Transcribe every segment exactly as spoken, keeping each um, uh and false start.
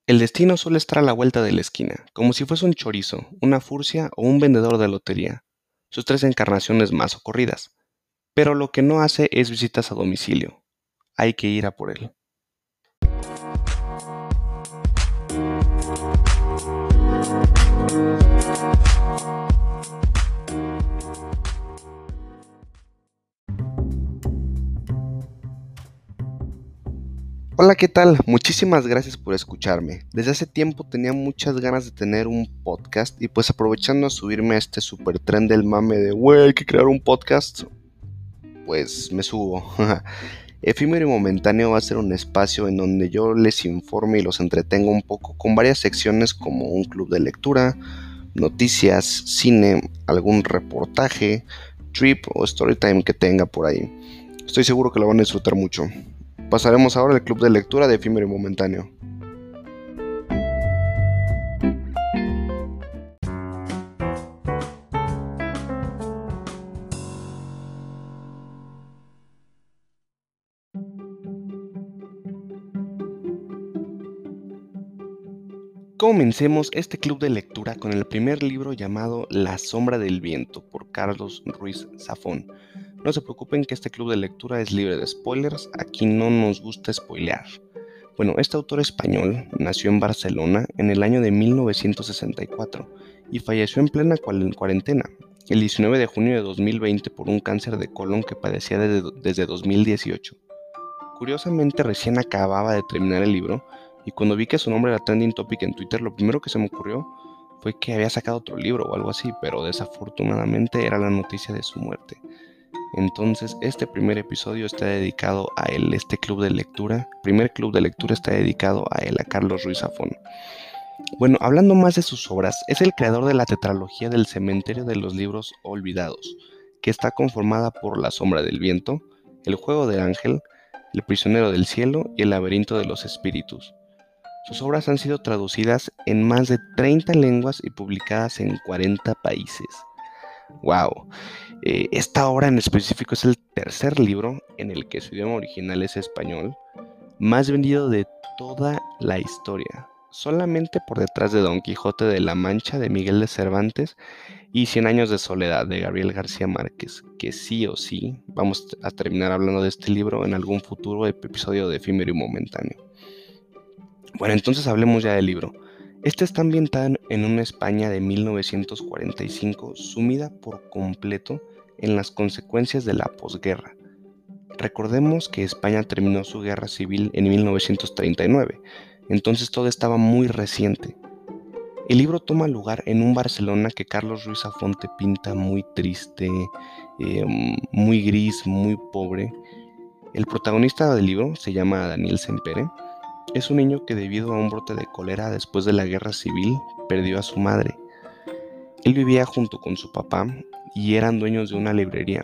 El destino suele estar a la vuelta de la esquina, como si fuese un chorizo, una furcia o un vendedor de lotería, sus tres encarnaciones más ocurridas. Pero lo que no hace es visitas a domicilio. Hay que ir a por él. Hola, ¿qué tal? Muchísimas gracias por escucharme. Desde hace tiempo tenía muchas ganas de tener un podcast y pues aprovechando a subirme a este super tren del mame de, güey, hay que crear un podcast, pues me subo. Efímero y Momentáneo va a ser un espacio en donde yo les informe y los entretengo un poco con varias secciones como un club de lectura, noticias, cine, algún reportaje, trip o storytime que tenga por ahí. Estoy seguro que lo van a disfrutar mucho. Pasaremos ahora al club de lectura de Efímero y Momentáneo. Comencemos este club de lectura con el primer libro llamado La sombra del viento por Carlos Ruiz Zafón. No se preocupen que este club de lectura es libre de spoilers, aquí no nos gusta spoilear. Bueno, este autor español nació en Barcelona en el año de mil novecientos sesenta y cuatro y falleció en plena cuarentena, el diecinueve de junio de dos mil veinte por un cáncer de colon que padecía desde, desde dos mil dieciocho. Curiosamente recién acababa de terminar el libro y cuando vi que su nombre era trending topic en Twitter, lo primero que se me ocurrió fue que había sacado otro libro o algo así, pero desafortunadamente era la noticia de su muerte. Entonces este primer episodio está dedicado a él, este club de lectura, primer club de lectura está dedicado a él, a Carlos Ruiz Zafón. Bueno, hablando más de sus obras, es el creador de la tetralogía del Cementerio de los Libros Olvidados, que está conformada por La sombra del viento, El juego del ángel, El prisionero del cielo y El laberinto de los espíritus. Sus obras han sido traducidas en más de treinta lenguas y publicadas en cuarenta países. ¡Wow! Eh, esta obra en específico es el tercer libro en el que su idioma original es español, más vendido de toda la historia, solamente por detrás de Don Quijote de la Mancha de Miguel de Cervantes y Cien años de soledad de Gabriel García Márquez, que sí o sí vamos a terminar hablando de este libro en algún futuro episodio de Efímero y Momentáneo. Bueno, entonces hablemos ya del libro. Este está ambientado en una España de mil novecientos cuarenta y cinco, sumida por completo en las consecuencias de la posguerra. Recordemos que España terminó su guerra civil en mil novecientos treinta y nueve, entonces todo estaba muy reciente. El libro toma lugar en un Barcelona que Carlos Ruiz Zafón te pinta muy triste, eh, muy gris, muy pobre. El protagonista del libro se llama Daniel Sempere. Es un niño que debido a un brote de cólera después de la guerra civil perdió a su madre. Él vivía junto con su papá y eran dueños de una librería.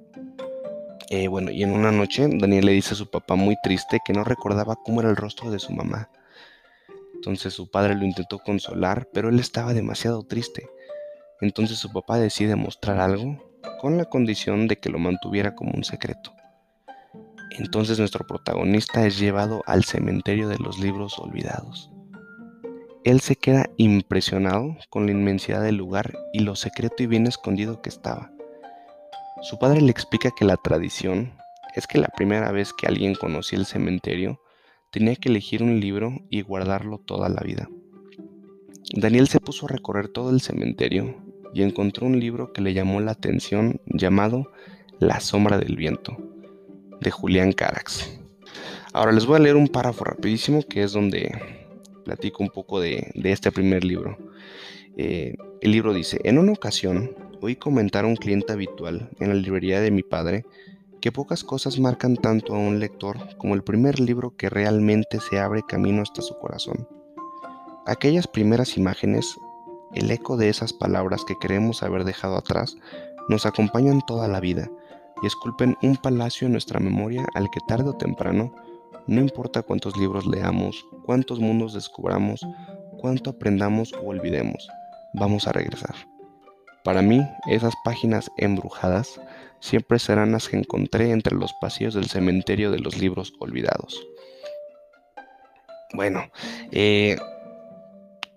Eh, bueno, y en una noche Daniel le dice a su papá muy triste que no recordaba cómo era el rostro de su mamá. Entonces su padre lo intentó consolar, pero él estaba demasiado triste. Entonces su papá decide mostrar algo con la condición de que lo mantuviera como un secreto. Entonces nuestro protagonista es llevado al cementerio de los libros olvidados. Él se queda impresionado con la inmensidad del lugar y lo secreto y bien escondido que estaba. Su padre le explica que la tradición es que la primera vez que alguien conocía el cementerio tenía que elegir un libro y guardarlo toda la vida. Daniel se puso a recorrer todo el cementerio y encontró un libro que le llamó la atención llamado La sombra del viento, de Julián Carax. Ahora les voy a leer un párrafo rapidísimo que es donde platico un poco de, de este primer libro. Eh, el libro dice: en una ocasión oí comentar a un cliente habitual en la librería de mi padre que pocas cosas marcan tanto a un lector como el primer libro que realmente se abre camino hasta su corazón. Aquellas primeras imágenes, el eco de esas palabras que creemos haber dejado atrás, nos acompañan toda la vida y esculpen un palacio en nuestra memoria al que tarde o temprano, no importa cuántos libros leamos, cuántos mundos descubramos, cuánto aprendamos o olvidemos, vamos a regresar. Para mí, esas páginas embrujadas siempre serán las que encontré entre los pasillos del cementerio de los libros olvidados. Bueno, eh,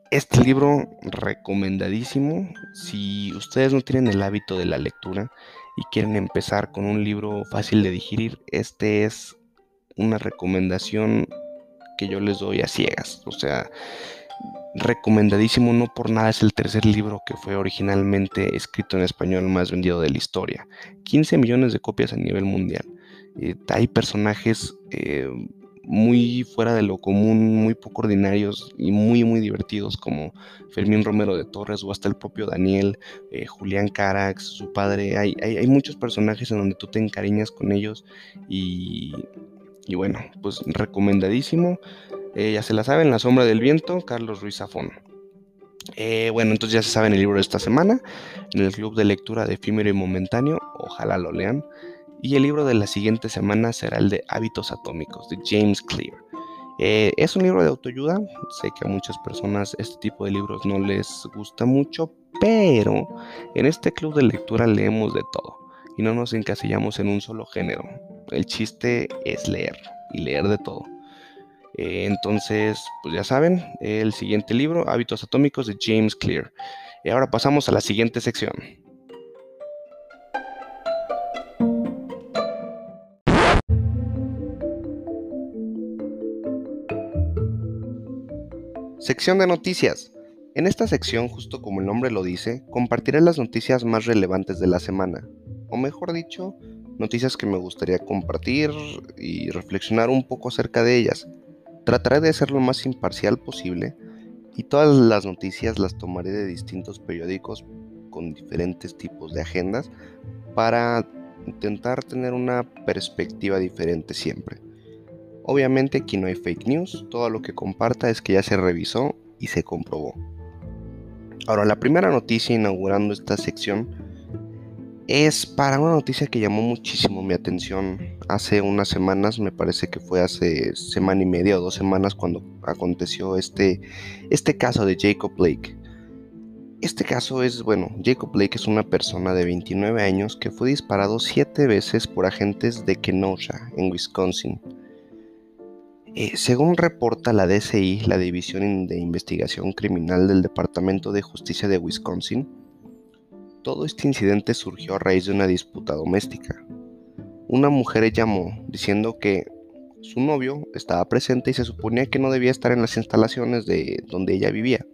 Este libro recomendadísimo. Si ustedes no tienen el hábito de la lectura y quieren empezar con un libro fácil de digerir, este es una recomendación que yo les doy a ciegas. O sea, recomendadísimo. No por nada es el tercer libro que fue originalmente escrito en español más vendido de la historia. quince millones de copias a nivel mundial. Eh, hay personajes eh, muy fuera de lo común, muy poco ordinarios y muy muy divertidos, como Fermín Romero de Torres o hasta el propio Daniel, eh, Julián Carax, su padre. Hay, hay, hay muchos personajes en donde tú te encariñas con ellos y, y bueno, pues recomendadísimo. Eh, ya se la saben, La sombra del viento, Carlos Ruiz Zafón. Eh, bueno, entonces ya se saben el libro de esta semana, en el club de lectura de Efímero y Momentáneo, ojalá lo lean. Y el libro de la siguiente semana será el de Hábitos Atómicos, de James Clear. Eh, es un libro de autoayuda, sé que a muchas personas este tipo de libros no les gusta mucho, pero en este club de lectura leemos de todo y no nos encasillamos en un solo género. El chiste es leer y leer de todo. Eh, entonces, pues ya saben, el siguiente libro, Hábitos Atómicos de James Clear. Y ahora pasamos a la siguiente sección. Sección de noticias. En esta sección, justo como el nombre lo dice, compartiré las noticias más relevantes de la semana. O mejor dicho, noticias que me gustaría compartir y reflexionar un poco acerca de ellas. Trataré de ser lo más imparcial posible y todas las noticias las tomaré de distintos periódicos con diferentes tipos de agendas para intentar tener una perspectiva diferente siempre. Obviamente aquí no hay fake news, todo lo que comparta es que ya se revisó y se comprobó. Ahora, la primera noticia inaugurando esta sección es para una noticia que llamó muchísimo mi atención hace unas semanas, me parece que fue hace semana y media o dos semanas cuando aconteció este, este caso de Jacob Blake. Este caso es, bueno, Jacob Blake es una persona de veintinueve años que fue disparado siete veces por agentes de Kenosha, en Wisconsin. Eh, según reporta la D C I, la División de Investigación Criminal del Departamento de Justicia de Wisconsin, todo este incidente surgió a raíz de una disputa doméstica. Una mujer llamó diciendo que su novio estaba presente y se suponía que no debía estar en las instalaciones de donde ella vivía.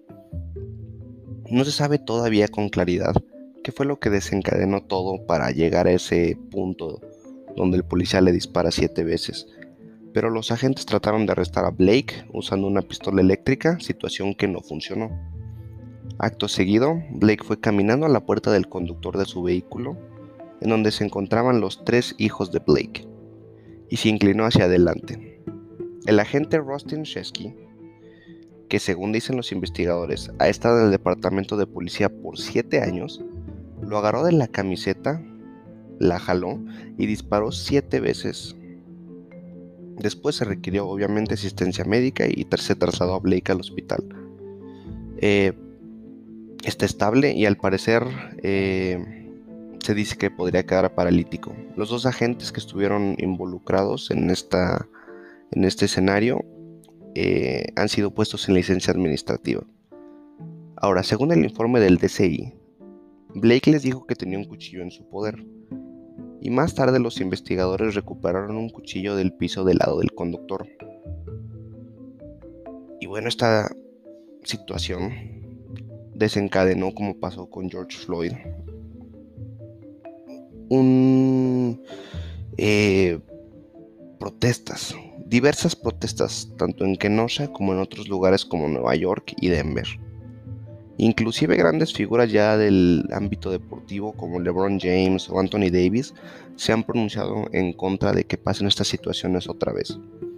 No se sabe todavía con claridad qué fue lo que desencadenó todo para llegar a ese punto donde el policía le dispara siete veces. Pero los agentes trataron de arrestar a Blake usando una pistola eléctrica, situación que no funcionó. Acto seguido, Blake fue caminando a la puerta del conductor de su vehículo, en donde se encontraban los tres hijos de Blake, y se inclinó hacia adelante. El agente Rustin Shesky, que según dicen los investigadores ha estado en el departamento de policía por siete años, lo agarró de la camiseta, la jaló y disparó siete veces. Después se requirió obviamente asistencia médica y se trasladó a Blake al hospital. Eh, está estable y al parecer eh, se dice que podría quedar paralítico. Los dos agentes que estuvieron involucrados en, esta, en este escenario eh, han sido puestos en licencia administrativa. Ahora, según el informe del D C I, Blake les dijo que tenía un cuchillo en su poder. Y más tarde los investigadores recuperaron un cuchillo del piso del lado del conductor. Y bueno, esta situación desencadenó, como pasó con George Floyd, un eh, protestas, diversas protestas, tanto en Kenosha como en otros lugares como Nueva York y Denver. Inclusive grandes figuras ya del ámbito deportivo como LeBron James o Anthony Davis se han pronunciado en contra de que pasen estas situaciones otra vez.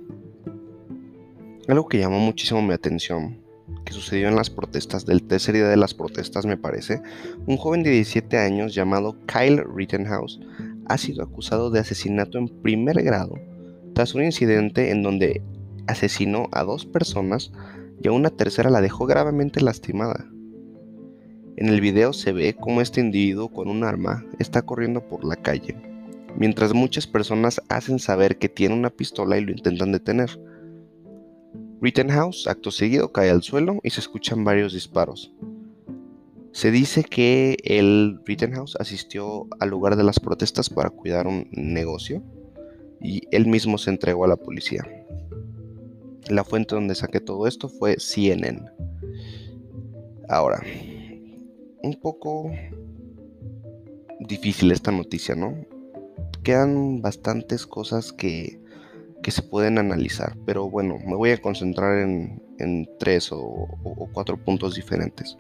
Algo que llamó muchísimo mi atención, que sucedió en las protestas, del tercer día de las protestas me parece, un joven de diecisiete años llamado Kyle Rittenhouse ha sido acusado de asesinato en primer grado tras un incidente en donde asesinó a dos personas y a una tercera la dejó gravemente lastimada. En el video se ve cómo este individuo con un arma está corriendo por la calle, mientras muchas personas hacen saber que tiene una pistola y lo intentan detener. Rittenhouse, acto seguido, cae al suelo y se escuchan varios disparos. Se dice que el Rittenhouse asistió al lugar de las protestas para cuidar un negocio y él mismo se entregó a la policía. La fuente donde saqué todo esto fue C N N. Ahora, un poco difícil esta noticia, ¿no? Quedan bastantes cosas que, que se pueden analizar, pero bueno, me voy a concentrar en, en tres o, o, o cuatro puntos diferentes.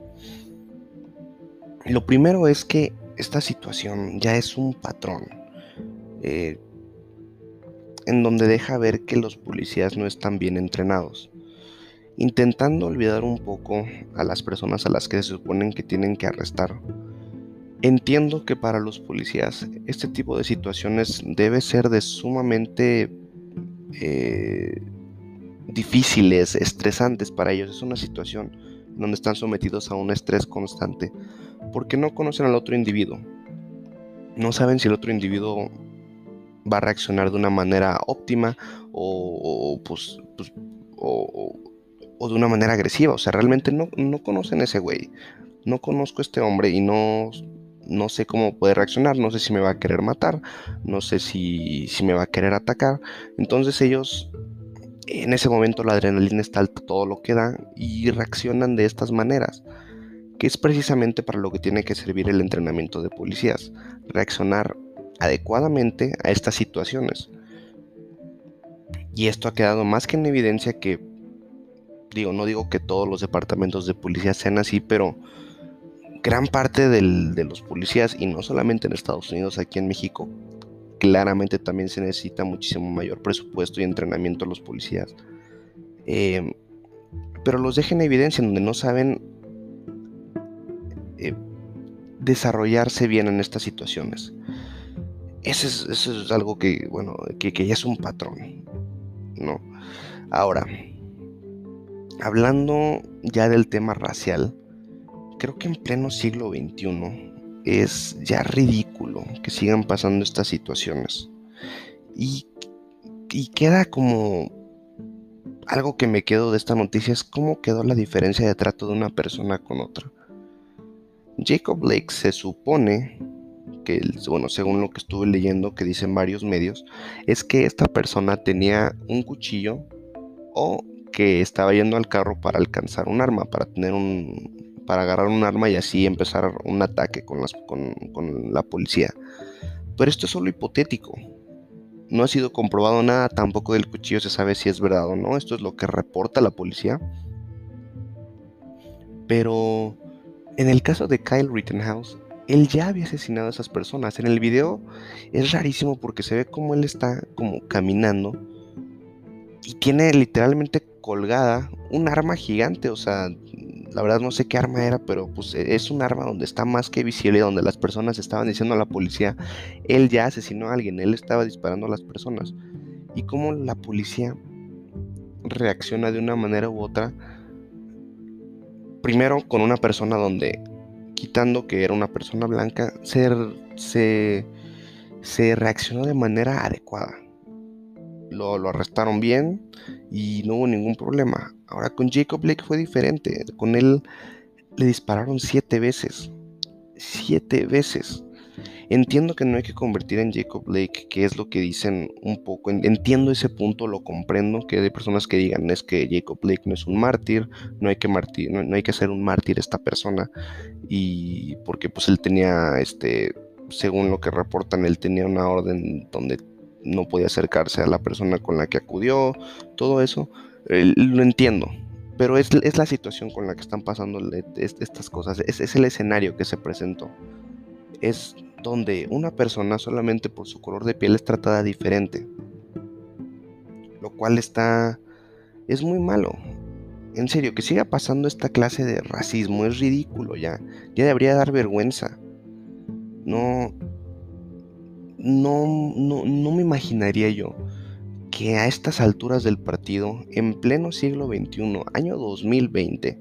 Lo primero es que esta situación ya es un patrón, eh, en donde deja ver que los policías no están bien entrenados, intentando olvidar un poco a las personas a las que se suponen que tienen que arrestar. Entiendo que para los policías este tipo de situaciones debe ser de sumamente eh, difíciles, estresantes para ellos. Es una situación donde están sometidos a un estrés constante porque no conocen al otro individuo. No saben si el otro individuo va a reaccionar de una manera óptima o, o, pues, pues, o, o de una manera agresiva. O sea, realmente no, no conocen a ese güey. No conozco a este hombre y no, no sé cómo puede reaccionar. No sé si me va a querer matar. No sé si, si me va a querer atacar. Entonces ellos, en ese momento la adrenalina está alta, todo lo que da, y reaccionan de estas maneras, que es precisamente para lo que tiene que servir el entrenamiento de policías, reaccionar adecuadamente a estas situaciones. Y esto ha quedado más que en evidencia que, digo, no digo que todos los departamentos de policía sean así, pero gran parte del, de los policías, y no solamente en Estados Unidos, aquí en México, claramente también se necesita muchísimo mayor presupuesto y entrenamiento a los policías. Eh, pero los deja en evidencia en donde no saben eh, desarrollarse bien en estas situaciones. Eso es, eso es algo que, bueno, que, que ya es un patrón, ¿no? Ahora, hablando ya del tema racial, creo que en pleno siglo veintiuno es ya ridículo que sigan pasando estas situaciones. Y, y queda como algo que me quedo de esta noticia, es cómo quedó la diferencia de trato de una persona con otra. Jacob Blake se supone que, bueno, según lo que estuve leyendo, que dicen varios medios, es que esta persona tenía un cuchillo o que estaba yendo al carro para alcanzar un arma, para tener un, para agarrar un arma y así empezar un ataque con, las, con, con la policía. Pero esto es solo hipotético. No ha sido comprobado nada, tampoco del cuchillo se sabe si es verdad o no. Esto es lo que reporta la policía. Pero en el caso de Kyle Rittenhouse, él ya había asesinado a esas personas. En el video es rarísimo porque se ve como él está como caminando y tiene literalmente colgada un arma gigante. O sea, la verdad no sé qué arma era, pero pues es un arma donde está más que visible, donde las personas estaban diciendo a la policía, él ya asesinó a alguien, él estaba disparando a las personas. Y cómo la policía reacciona de una manera u otra, primero con una persona donde, quitando que era una persona blanca, se, se, se reaccionó de manera adecuada. Lo, lo arrestaron bien y no hubo ningún problema. Ahora con Jacob Blake fue diferente. Con él le dispararon siete veces. Siete veces. Entiendo que no hay que convertir en Jacob Blake, que es lo que dicen un poco. Entiendo ese punto, lo comprendo, que hay personas que digan es que Jacob Blake no es un mártir, no hay que martir, no, no hay que hacer un mártir esta persona, y porque pues él tenía, este, según lo que reportan, él tenía una orden donde no podía acercarse a la persona con la que acudió, todo eso, eh, lo entiendo. Pero es, es la situación con la que están pasando estas cosas, es, es el escenario que se presentó. Es donde una persona solamente por su color de piel es tratada diferente, lo cual está, es muy malo. En serio, que siga pasando esta clase de racismo es ridículo ya, ya debería dar vergüenza. No, no, no, no me imaginaría yo que a estas alturas del partido, en pleno siglo veintiuno, año dos mil veinte,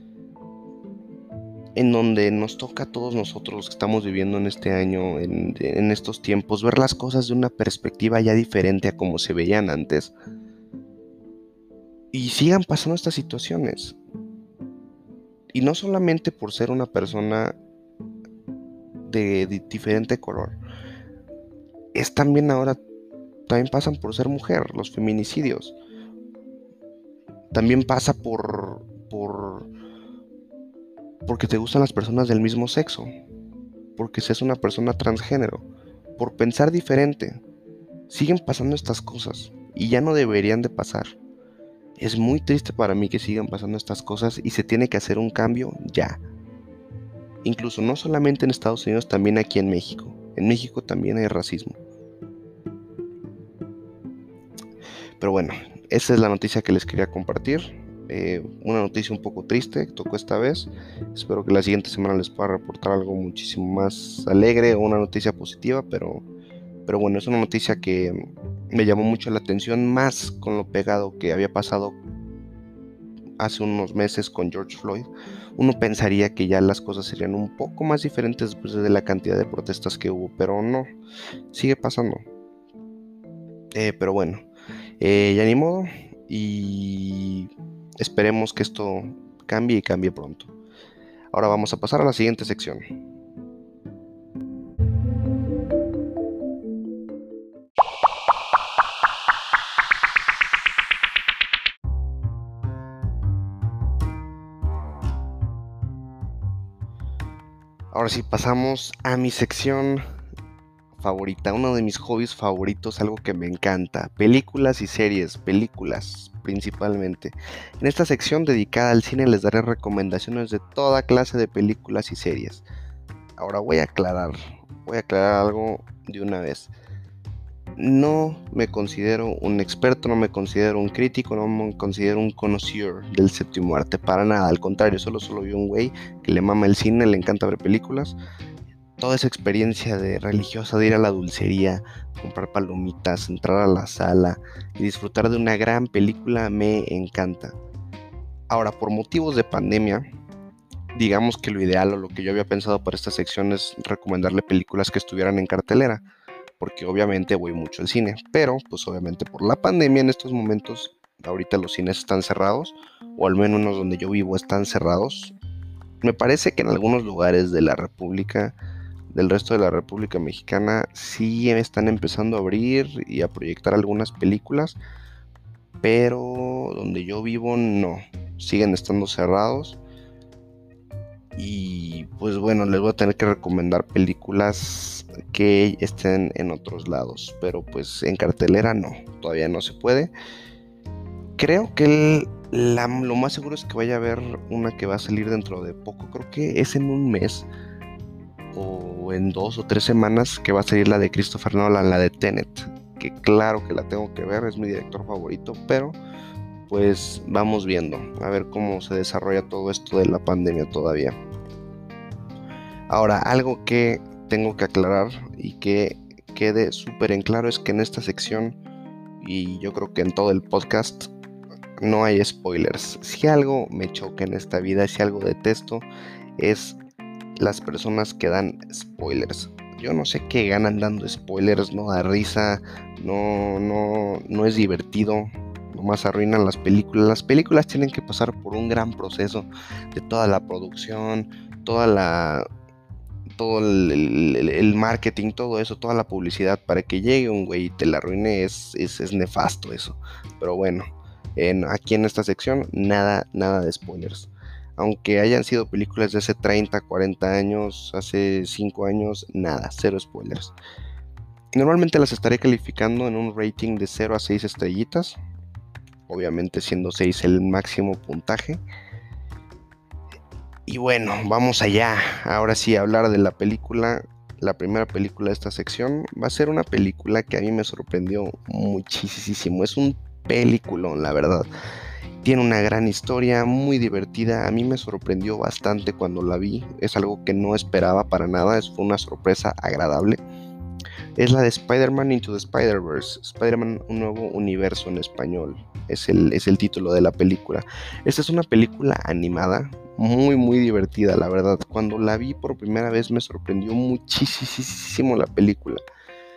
en donde nos toca a todos nosotros los que estamos viviendo en este año, en, en estos tiempos, ver las cosas de una perspectiva ya diferente a como se veían antes. y sigan pasando estas situaciones. Y no solamente por ser una persona de, de diferente color, es también ahora, también pasan por ser mujer, los feminicidios. También pasa por, por, porque te gustan las personas del mismo sexo, porque seas una persona transgénero, por pensar diferente. Siguen pasando estas cosas y ya no deberían de pasar. Es muy triste para mí que sigan pasando estas cosas y se tiene que hacer un cambio ya. Incluso no solamente en Estados Unidos, también aquí en México. En México también hay racismo. Pero bueno, esa es la noticia que les quería compartir. Eh, una noticia un poco triste que tocó esta vez. Espero que la siguiente semana les pueda reportar algo muchísimo más alegre o una noticia positiva, pero, pero bueno, es una noticia que me llamó mucho la atención, más con lo pegado que había pasado hace unos meses con George Floyd. Uno pensaría que ya las cosas serían un poco más diferentes después de la cantidad de protestas que hubo, pero no, sigue pasando. Eh, pero bueno, eh, ya ni modo, y esperemos que esto cambie y cambie pronto. Ahora vamos a pasar a la siguiente sección. Ahora sí, pasamos a mi sección favorita, uno de mis hobbies favoritos, algo que me encanta, películas y series, películas principalmente. En esta sección dedicada al cine les daré recomendaciones de toda clase de películas y series. Ahora voy a aclarar, voy a aclarar algo de una vez. No me considero un experto, no me considero un crítico, no me considero un conocedor del séptimo arte, para nada, al contrario, solo soy un güey que le mama el cine, le encanta ver películas. Toda esa experiencia de religiosa de ir a la dulcería, comprar palomitas, entrar a la sala y disfrutar de una gran película me encanta. Ahora, por motivos de pandemia, digamos que lo ideal o lo que yo había pensado para esta sección es recomendarle películas que estuvieran en cartelera, porque obviamente voy mucho al cine, pero pues obviamente por la pandemia en estos momentos, ahorita los cines están cerrados, o al menos donde yo vivo están cerrados. Me parece que en algunos lugares de la República, del resto de la República Mexicana, sí están empezando a abrir y a proyectar algunas películas, pero donde yo vivo no, siguen estando cerrados. Y pues bueno, les voy a tener que recomendar películas que estén en otros lados, pero pues en cartelera no, todavía no se puede. Creo que el, la, lo más seguro es que vaya a haber una que va a salir dentro de poco, creo que es en un mes o en dos o tres semanas, que va a salir la de Christopher Nolan, la de Tenet, que claro que la tengo que ver, es mi director favorito, pero pues vamos viendo, a ver cómo se desarrolla todo esto de la pandemia todavía. Ahora, algo que tengo que aclarar y que quede súper en claro es que en esta sección, y yo creo que en todo el podcast, no hay spoilers. Si algo me choca en esta vida, si algo detesto, es las personas que dan spoilers. Yo no sé qué ganan dando spoilers, no da risa, no, no, no es divertido, nomás arruinan las películas. Las películas tienen que pasar por un gran proceso de toda la producción, toda la, todo el, el, el marketing, todo eso, toda la publicidad, para que llegue un güey y te la arruine. Es, es, es nefasto eso. Pero bueno, en, aquí en esta sección nada, nada de spoilers. Aunque hayan sido películas de hace treinta, cuarenta años, hace cinco años, nada, cero spoilers. Normalmente las estaré calificando en un rating de cero a seis estrellitas, obviamente siendo seis el máximo puntaje. Y bueno, vamos allá, ahora sí a hablar de la película. La primera película de esta sección va a ser una película que a mí me sorprendió muchísimo, es un peliculón, la verdad. Tiene una gran historia, muy divertida. A mí me sorprendió bastante cuando la vi. Es algo que no esperaba para nada. Fue una sorpresa agradable. Es la de Spider-Man Into the Spider-Verse. Spider-Man, un nuevo universo en español. Es el, es el título de la película. Esta es una película animada, muy, muy divertida, la verdad. Cuando la vi por primera vez me sorprendió muchísimo la película.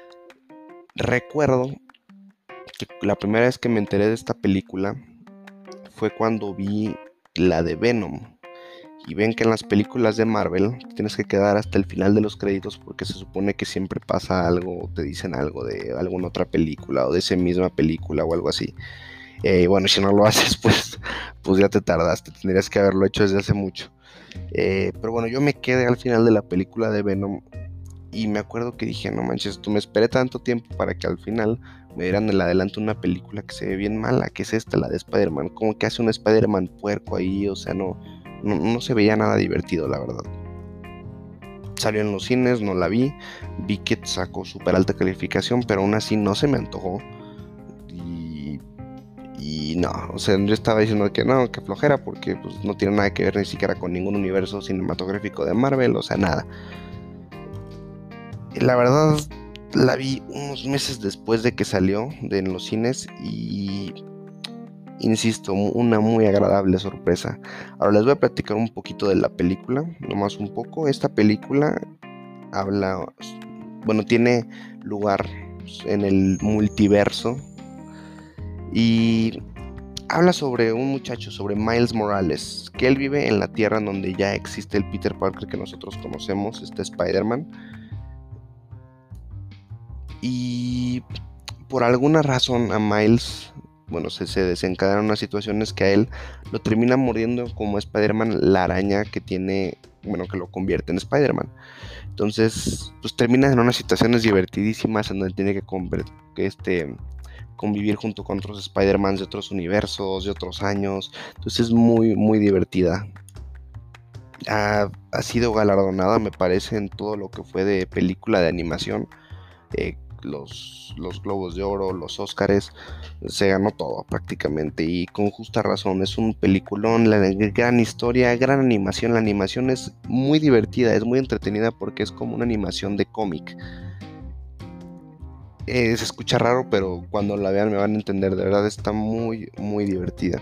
Recuerdo que la primera vez que me enteré de esta película, fue cuando vi la de Venom. Y ven que en las películas de Marvel tienes que quedar hasta el final de los créditos porque se supone que siempre pasa algo, te dicen algo de alguna otra película o de esa misma película o algo así. Eh, bueno, si no lo haces, pues, pues ya te tardaste, tendrías que haberlo hecho desde hace mucho. Eh, pero bueno, yo me quedé al final de la película de Venom y me acuerdo que dije, no manches, tú me esperé tanto tiempo para que al final me dieran el adelanto una película que se ve bien mala, que es esta, la de Spider-Man. Como que hace un Spider-Man puerco ahí, o sea, no, no, no se veía nada divertido, la verdad. Salió en los cines, no la vi, vi que sacó súper alta calificación, pero aún así no se me antojó. Y, y no, o sea, yo estaba diciendo que no, que flojera, porque pues, no tiene nada que ver ni siquiera con ningún universo cinematográfico de Marvel, o sea, nada. La verdad, la vi unos meses después de que salió de en los cines y, insisto, una muy agradable sorpresa. Ahora les voy a platicar un poquito de la película, nomás un poco. Esta película habla, bueno, tiene lugar en el multiverso y habla sobre un muchacho, sobre Miles Morales, que él vive en la tierra en donde ya existe el Peter Parker que nosotros conocemos, este Spider-Man. Y por alguna razón a Miles, bueno, se, se desencadenan unas situaciones que a él lo termina mordiendo como Spider-Man la araña que tiene, bueno, que lo convierte en Spider-Man. Entonces, pues termina en unas situaciones divertidísimas en donde tiene que, conver- que este, convivir junto con otros Spider-Mans de otros universos, de otros años. Entonces es muy, muy divertida. Ha, ha sido galardonada, me parece, en todo lo que fue de película de animación. Eh, los, los Globos de Oro, los Óscares, se ganó todo prácticamente y con justa razón. Es un peliculón, la gran historia, gran animación. La animación es muy divertida, es muy entretenida porque es como una animación de cómic. Eh, se escucha raro, pero cuando la vean me van a entender. De verdad está muy, muy divertida.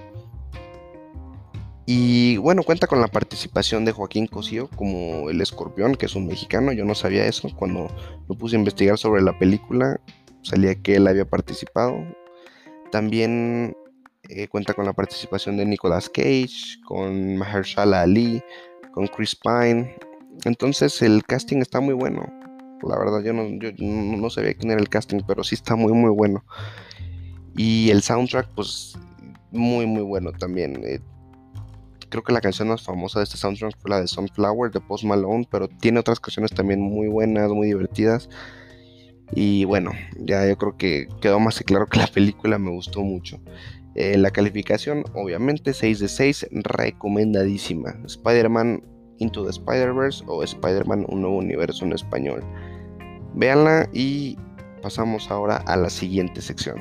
Y bueno, cuenta con la participación de Joaquín Cosío como el Escorpión, que es un mexicano. Yo no sabía eso. Cuando me puse a investigar sobre la película, salía que él había participado. También eh, cuenta con la participación de Nicolas Cage, con Mahershala Ali, con Chris Pine. Entonces el casting está muy bueno. La verdad yo no, yo no no sabía quién era el casting, pero sí está muy muy bueno. Y el soundtrack pues muy muy bueno también. Eh, creo que la canción más famosa de este soundtrack fue la de Sunflower de Post Malone, pero tiene otras canciones también muy buenas, muy divertidas. Y bueno, ya yo creo que quedó más que claro que la película me gustó mucho. Eh, la calificación, obviamente, seis de seis, recomendadísima. Spider-Man Into the Spider-Verse o Spider-Man Un Nuevo Universo en español. Véanla y pasamos ahora a la siguiente sección.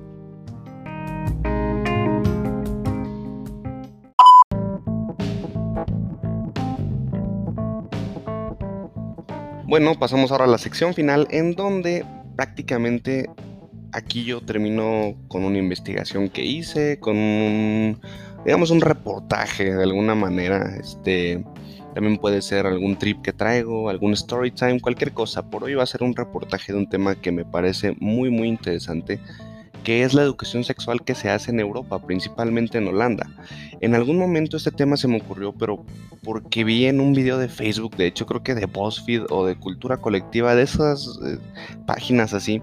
Bueno, pasamos ahora a la sección final en donde prácticamente aquí yo termino con una investigación que hice, con un, digamos, un reportaje de alguna manera. Este, también puede ser algún trip que traigo, algún story time, cualquier cosa. Por hoy va a ser un reportaje de un tema que me parece muy, muy interesante, que es la educación sexual que se hace en Europa, principalmente en Holanda. En algún momento este tema se me ocurrió, pero porque vi en un video de Facebook, de hecho creo que de BuzzFeed o de Cultura Colectiva, de esas eh, páginas así,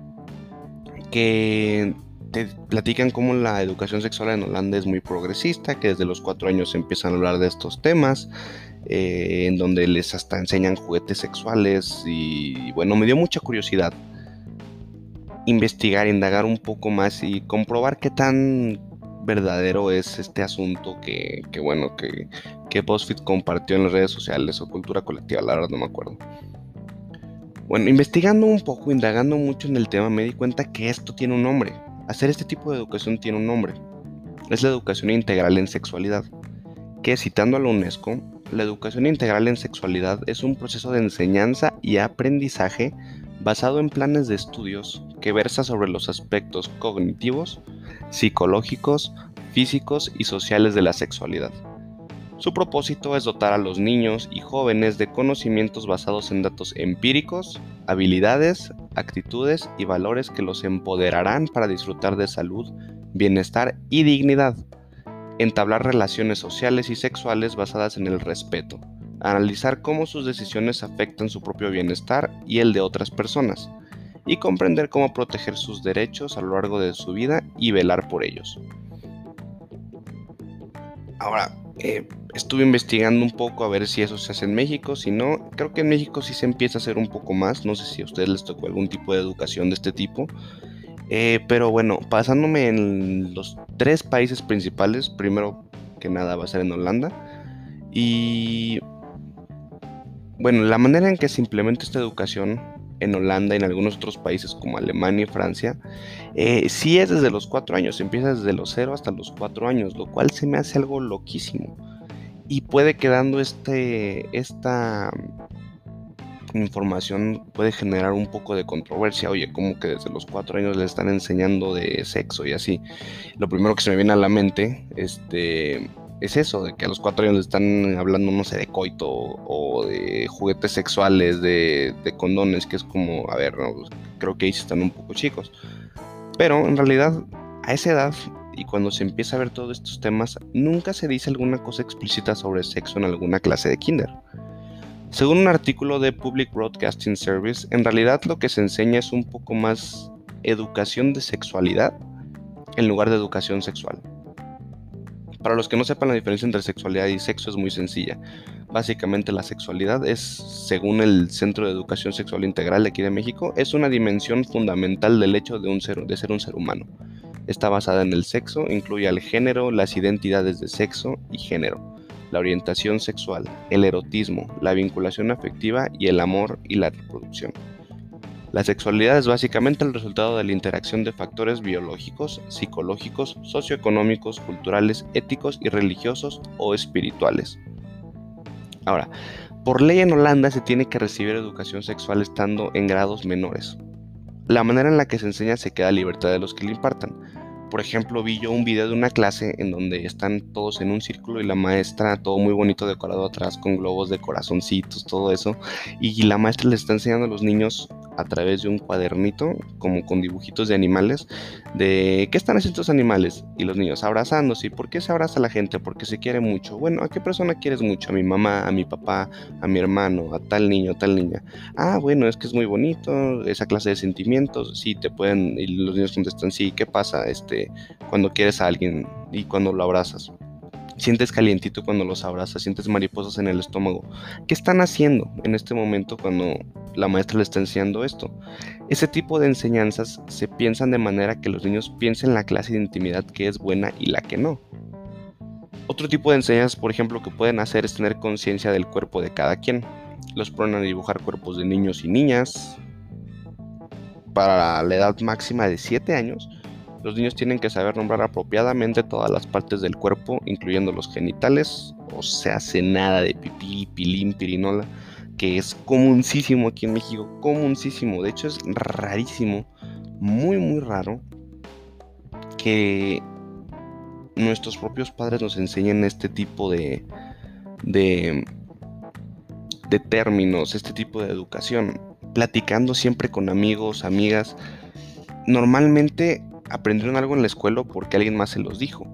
que te platican cómo la educación sexual en Holanda es muy progresista, que desde los cuatro años se empiezan a hablar de estos temas, eh, en donde les hasta enseñan juguetes sexuales y bueno, me dio mucha curiosidad investigar, indagar un poco más y comprobar qué tan verdadero es este asunto que, que bueno, que, que BuzzFeed compartió en las redes sociales o Cultura Colectiva, la verdad no me acuerdo. Bueno, investigando un poco, indagando mucho en el tema, me di cuenta que esto tiene un nombre. Hacer este tipo de educación tiene un nombre. Es la educación integral en sexualidad, que citando a la UNESCO, la educación integral en sexualidad es un proceso de enseñanza y aprendizaje basado en planes de estudios que versa sobre los aspectos cognitivos, psicológicos, físicos y sociales de la sexualidad. Su propósito es dotar a los niños y jóvenes de conocimientos basados en datos empíricos, habilidades, actitudes y valores que los empoderarán para disfrutar de salud, bienestar y dignidad. entablar relaciones sociales y sexuales basadas en el respeto, analizar cómo sus decisiones afectan su propio bienestar y el de otras personas, y comprender cómo proteger sus derechos a lo largo de su vida y velar por ellos. Ahora, eh, estuve investigando un poco a ver si eso se hace en México, si no, creo que en México sí se empieza a hacer un poco más, no sé si a ustedes les tocó algún tipo de educación de este tipo, eh, pero bueno, pasándome en los tres países principales, primero que nada va a ser en Holanda, y bueno, la manera en que se implementa esta educación en Holanda y en algunos otros países como Alemania y Francia, eh, sí es desde los cuatro años, empieza desde los cero hasta los cuatro años, lo cual se me hace algo loquísimo. Y puede quedando este, esta información puede generar un poco de controversia. Oye, como que desde los cuatro años le están enseñando de sexo y así. Lo primero que se me viene a la mente, este, es eso, de que a los cuatro años le están hablando, no sé, de coito o de juguetes sexuales, de, de condones, que es como, a ver, no, creo que ahí sí están un poco chicos. Pero en realidad, a esa edad, y cuando se empieza a ver todos estos temas, nunca se dice alguna cosa explícita sobre sexo en alguna clase de kinder. Según un artículo de Public Broadcasting Service, en realidad lo que se enseña es un poco más educación de sexualidad en lugar de educación sexual. Para los que no sepan, la diferencia entre sexualidad y sexo es muy sencilla. Básicamente la sexualidad es, según el Centro de Educación Sexual Integral de aquí de México, es una dimensión fundamental del hecho de, un ser, de ser un ser humano. Está basada en el sexo, incluye al género, las identidades de sexo y género, la orientación sexual, el erotismo, la vinculación afectiva y el amor y la reproducción. La sexualidad es básicamente el resultado de la interacción de factores biológicos, psicológicos, socioeconómicos, culturales, éticos y religiosos o espirituales. Ahora, por ley en Holanda se tiene que recibir educación sexual estando en grados menores. La manera en la que se enseña se queda a libertad de los que le impartan. Por ejemplo, vi yo un video de una clase en donde están todos en un círculo y la maestra, todo muy bonito decorado atrás con globos de corazoncitos, todo eso, y la maestra les está enseñando a los niños a través de un cuadernito, como con dibujitos de animales, de qué están haciendo estos animales, y los niños abrazándose. ¿Y por qué se abraza a la gente? Porque se quiere mucho. Bueno, ¿a qué persona quieres mucho? A mi mamá, a mi papá, a mi hermano, a tal niño, a tal niña. Ah, bueno, es que es muy bonito, esa clase de sentimientos, sí, te pueden, y los niños contestan, sí, ¿qué pasa? Este, cuando quieres a alguien y cuando lo abrazas. Sientes calientito cuando los abrazas, sientes mariposas en el estómago. ¿Qué están haciendo en este momento cuando la maestra le está enseñando esto? Ese tipo de enseñanzas se piensan de manera que los niños piensen la clase de intimidad que es buena y la que no. Otro tipo de enseñanzas, por ejemplo, que pueden hacer es tener conciencia del cuerpo de cada quien. Los ponen a dibujar cuerpos de niños y niñas. Para la edad máxima de siete años, los niños tienen que saber nombrar apropiadamente todas las partes del cuerpo, incluyendo los genitales, o se hace nada de pipí, pilín, pirinola, que es comuncísimo aquí en México, comuncísimo, de hecho es rarísimo, muy muy raro, que nuestros propios padres nos enseñen este tipo de, de, de términos, este tipo de educación, platicando siempre con amigos, amigas. Normalmente aprendieron algo en la escuela porque alguien más se los dijo,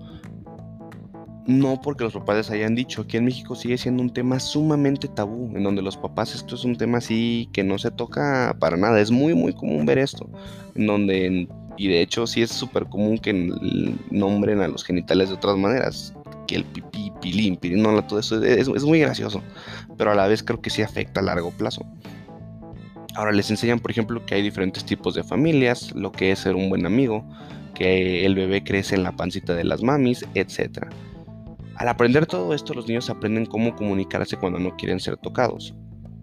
no porque los papás les hayan dicho. Aquí en México sigue siendo un tema sumamente tabú, en donde los papás, esto es un tema así que no se toca para nada. Es muy muy común ver esto, en donde, y de hecho sí es súper común que nombren a los genitales de otras maneras, que el pipí, pilín, pirinola, todo eso es, es muy gracioso, pero a la vez creo que sí afecta a largo plazo. Ahora les enseñan, por ejemplo, que hay diferentes tipos de familias, lo que es ser un buen amigo, que el bebé crece en la pancita de las mamis, etcétera. Al aprender todo esto, los niños aprenden cómo comunicarse cuando no quieren ser tocados.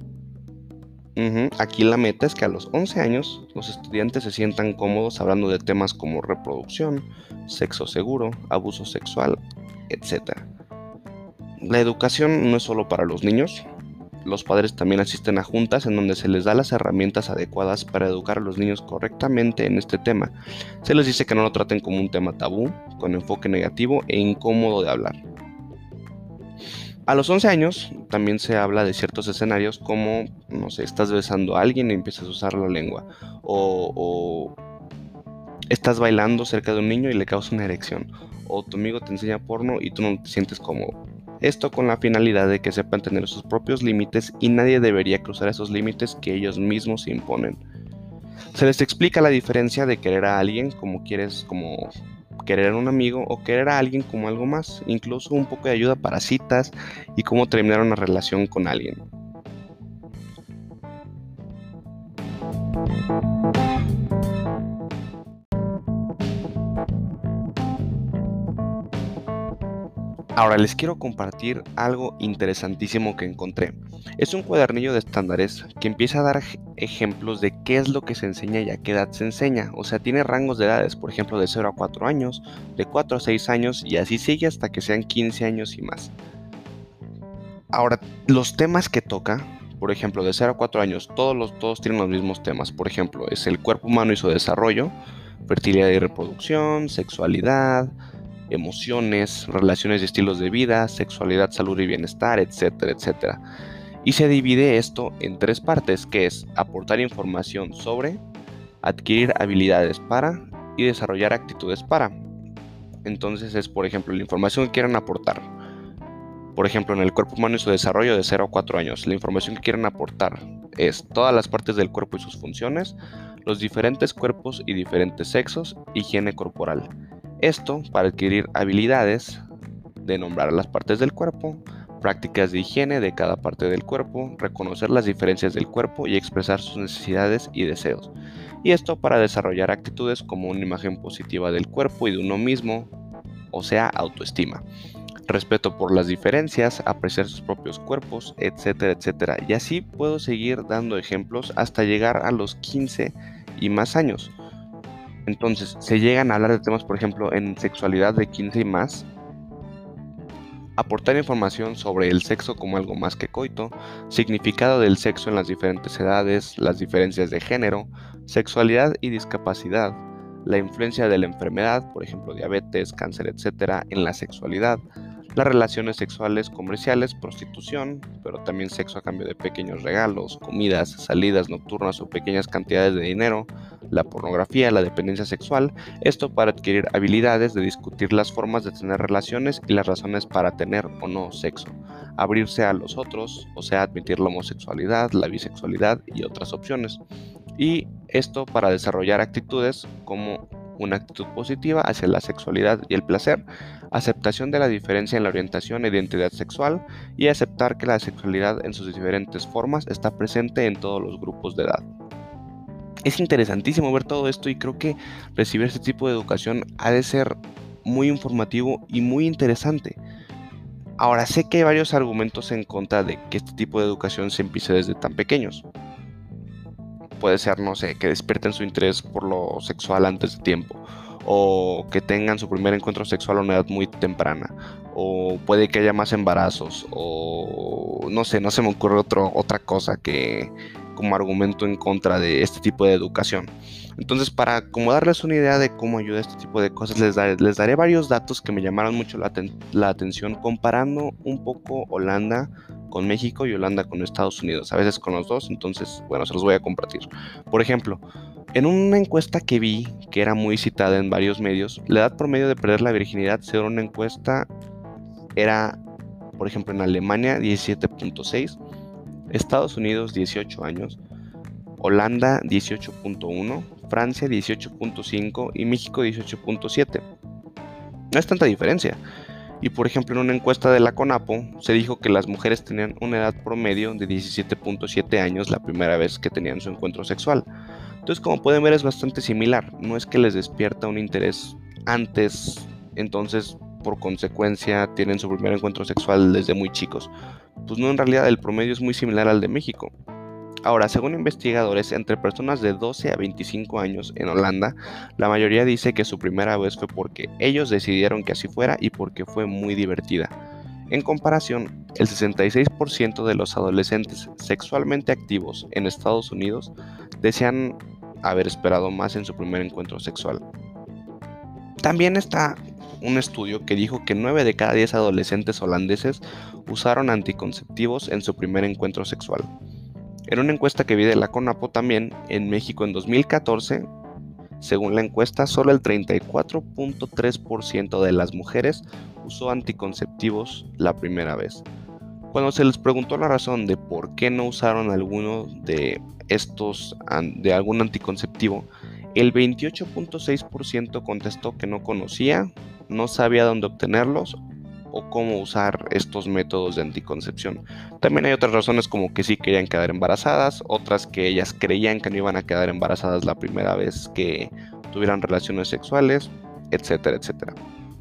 Uh-huh. Aquí la meta es que a los once años los estudiantes se sientan cómodos hablando de temas como reproducción, sexo seguro, abuso sexual, etcétera. La educación no es solo para los niños. Los padres también asisten a juntas en donde se les da las herramientas adecuadas para educar a los niños correctamente en este tema. Se les dice que no lo traten como un tema tabú, con enfoque negativo e incómodo de hablar. A los once años también se habla de ciertos escenarios como, no sé, estás besando a alguien y empiezas a usar la lengua, o, o estás bailando cerca de un niño y le causa una erección, o tu amigo te enseña porno y tú no te sientes cómodo. Esto con la finalidad de que sepan tener sus propios límites y nadie debería cruzar esos límites que ellos mismos se imponen. Se les explica la diferencia de querer a alguien como quieres, como querer a un amigo, o querer a alguien como algo más, incluso un poco de ayuda para citas y cómo terminar una relación con alguien. Ahora les quiero compartir algo interesantísimo que encontré. Es un cuadernillo de estándares que empieza a dar ejemplos de qué es lo que se enseña y a qué edad se enseña. O sea, tiene rangos de edades, por ejemplo, de cero a cuatro años, de cuatro a seis años y así sigue hasta que sean quince años y más. Ahora, los temas que toca, por ejemplo, de cero a cuatro años, todos, los, todos tienen los mismos temas. Por ejemplo, es el cuerpo humano y su desarrollo, fertilidad y reproducción, sexualidad, emociones, relaciones y estilos de vida, sexualidad, salud y bienestar, etcétera, etcétera. Y se divide esto en tres partes, que es aportar información sobre, adquirir habilidades para y desarrollar actitudes para. Entonces es, por ejemplo, la información que quieran aportar. Por ejemplo, en el cuerpo humano y su desarrollo de cero a cuatro años, la información que quieren aportar es todas las partes del cuerpo y sus funciones, los diferentes cuerpos y diferentes sexos, higiene corporal. Esto para adquirir habilidades de nombrar las partes del cuerpo, prácticas de higiene de cada parte del cuerpo, reconocer las diferencias del cuerpo y expresar sus necesidades y deseos. Y esto para desarrollar actitudes como una imagen positiva del cuerpo y de uno mismo, o sea, autoestima. Respeto por las diferencias, apreciar sus propios cuerpos, etcétera, etcétera. Y así puedo seguir dando ejemplos hasta llegar a los quince y más años. Entonces, se llegan a hablar de temas, por ejemplo, en sexualidad de quince y más, aportar información sobre el sexo como algo más que coito, significado del sexo en las diferentes edades, las diferencias de género, sexualidad y discapacidad, la influencia de la enfermedad, por ejemplo, diabetes, cáncer, etcétera, en la sexualidad, las relaciones sexuales comerciales, prostitución, pero también sexo a cambio de pequeños regalos, comidas, salidas nocturnas o pequeñas cantidades de dinero, la pornografía, la dependencia sexual, esto para adquirir habilidades de discutir las formas de tener relaciones y las razones para tener o no sexo, abrirse a los otros, o sea, admitir la homosexualidad, la bisexualidad y otras opciones. Y esto para desarrollar actitudes como una actitud positiva hacia la sexualidad y el placer, aceptación de la diferencia en la orientación e identidad sexual y aceptar que la sexualidad en sus diferentes formas está presente en todos los grupos de edad. Es interesantísimo ver todo esto y creo que recibir este tipo de educación ha de ser muy informativo y muy interesante. Ahora, sé que hay varios argumentos en contra de que este tipo de educación se empiece desde tan pequeños. Puede ser, no sé, que despierten su interés por lo sexual antes de tiempo, o que tengan su primer encuentro sexual a una edad muy temprana, o puede que haya más embarazos, o no sé, no se me ocurre otro, otra cosa que como argumento en contra de este tipo de educación. Entonces, para como darles una idea de cómo ayuda este tipo de cosas, les daré, les daré varios datos que me llamaron mucho la, aten la atención comparando un poco Holanda con México y Holanda con Estados Unidos, a veces con los dos, entonces, bueno, se los voy a compartir. Por ejemplo, en una encuesta que vi, que era muy citada en varios medios, la edad promedio de perder la virginidad, según una encuesta, era, por ejemplo, en Alemania diecisiete punto seis, Estados Unidos dieciocho años, Holanda dieciocho punto uno, Francia dieciocho punto cinco y México dieciocho punto siete. No es tanta diferencia. Y por ejemplo, en una encuesta de la CONAPO se dijo que las mujeres tenían una edad promedio de diecisiete punto siete años la primera vez que tenían su encuentro sexual. Entonces, como pueden ver, es bastante similar. No es que les despierta un interés antes, entonces por consecuencia tienen su primer encuentro sexual desde muy chicos. Pues no, en realidad el promedio es muy similar al de México. Ahora, según investigadores, entre personas de doce a veinticinco años en Holanda, la mayoría dice que su primera vez fue porque ellos decidieron que así fuera y porque fue muy divertida. En comparación, el sesenta y seis por ciento de los adolescentes sexualmente activos en Estados Unidos desean haber esperado más en su primer encuentro sexual. También está un estudio que dijo que nueve de cada diez adolescentes holandeses usaron anticonceptivos en su primer encuentro sexual. En una encuesta que vi de la CONAPO también, en México en dos mil catorce, Según la encuesta, solo el treinta y cuatro punto tres por ciento de las mujeres usó anticonceptivos la primera vez. Cuando se les preguntó la razón de por qué no usaron alguno de estos, de algún anticonceptivo, el veintiocho punto seis por ciento contestó que no conocía, no sabía dónde obtenerlos o cómo usar estos métodos de anticoncepción. También hay otras razones como que sí querían quedar embarazadas, otras que ellas creían que no iban a quedar embarazadas la primera vez que tuvieran relaciones sexuales, etcétera, etcétera.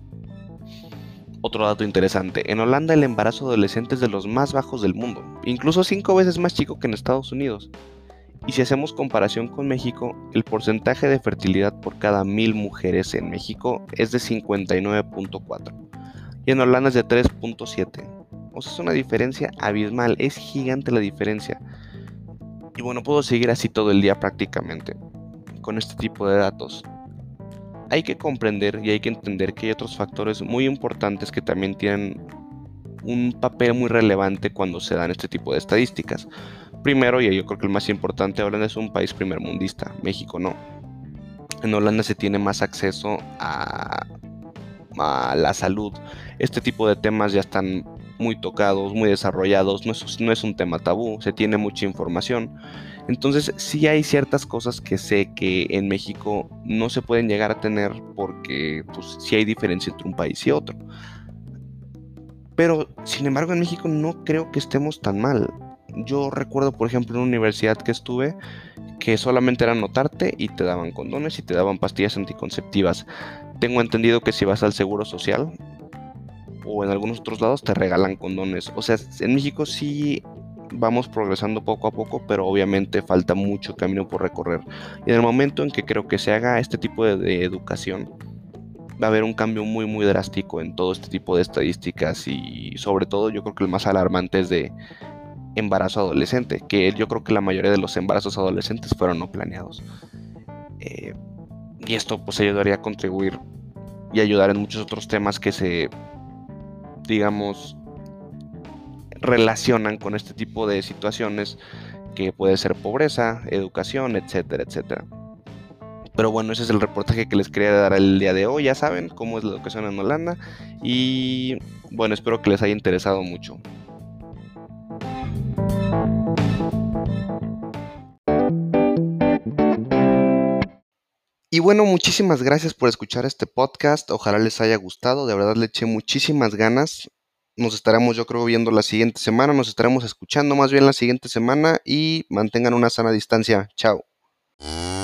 Otro dato interesante, en Holanda el embarazo adolescente es de los más bajos del mundo, incluso cinco veces más chico que en Estados Unidos. Y si hacemos comparación con México, el porcentaje de fertilidad por cada mil mujeres en México es de cincuenta y nueve punto cuatro y en Holanda es de tres punto siete. O sea, es una diferencia abismal, es gigante la diferencia. Y bueno, puedo seguir así todo el día prácticamente con este tipo de datos. Hay que comprender y hay que entender que hay otros factores muy importantes que también tienen un papel muy relevante cuando se dan este tipo de estadísticas. Primero, y yo creo que el más importante, Holanda es un país primermundista, México no. En Holanda se tiene más acceso a, a la salud. Este tipo de temas ya están muy tocados, muy desarrollados, no es, no es un tema tabú, se tiene mucha información. Entonces sí hay ciertas cosas que sé que en México no se pueden llegar a tener porque pues, sí hay diferencia entre un país y otro. Pero sin embargo en México no creo que estemos tan mal. Yo recuerdo, por ejemplo, en una universidad que estuve, que solamente era anotarte y te daban condones y te daban pastillas anticonceptivas. Tengo entendido que si vas al Seguro Social o en algunos otros lados te regalan condones. O sea, en México sí vamos progresando poco a poco, pero obviamente falta mucho camino por recorrer. Y en el momento en que creo que se haga este tipo de, de educación, va a haber un cambio muy muy drástico en todo este tipo de estadísticas y sobre todo yo creo que el más alarmante es de embarazo adolescente, que yo creo que la mayoría de los embarazos adolescentes fueron no planeados. Eh, y esto pues ayudaría a contribuir y ayudar en muchos otros temas que se, digamos, relacionan con este tipo de situaciones, que puede ser pobreza, educación, etcétera, etcétera. Pero bueno, ese es el reportaje que les quería dar el día de hoy. Ya saben cómo es la educación en Holanda. Y bueno, espero que les haya interesado mucho. Y bueno, muchísimas gracias por escuchar este podcast. Ojalá les haya gustado. De verdad le eché muchísimas ganas. Nos estaremos, yo creo, viendo la siguiente semana. Nos estaremos escuchando más bien la siguiente semana. Y mantengan una sana distancia. Chao.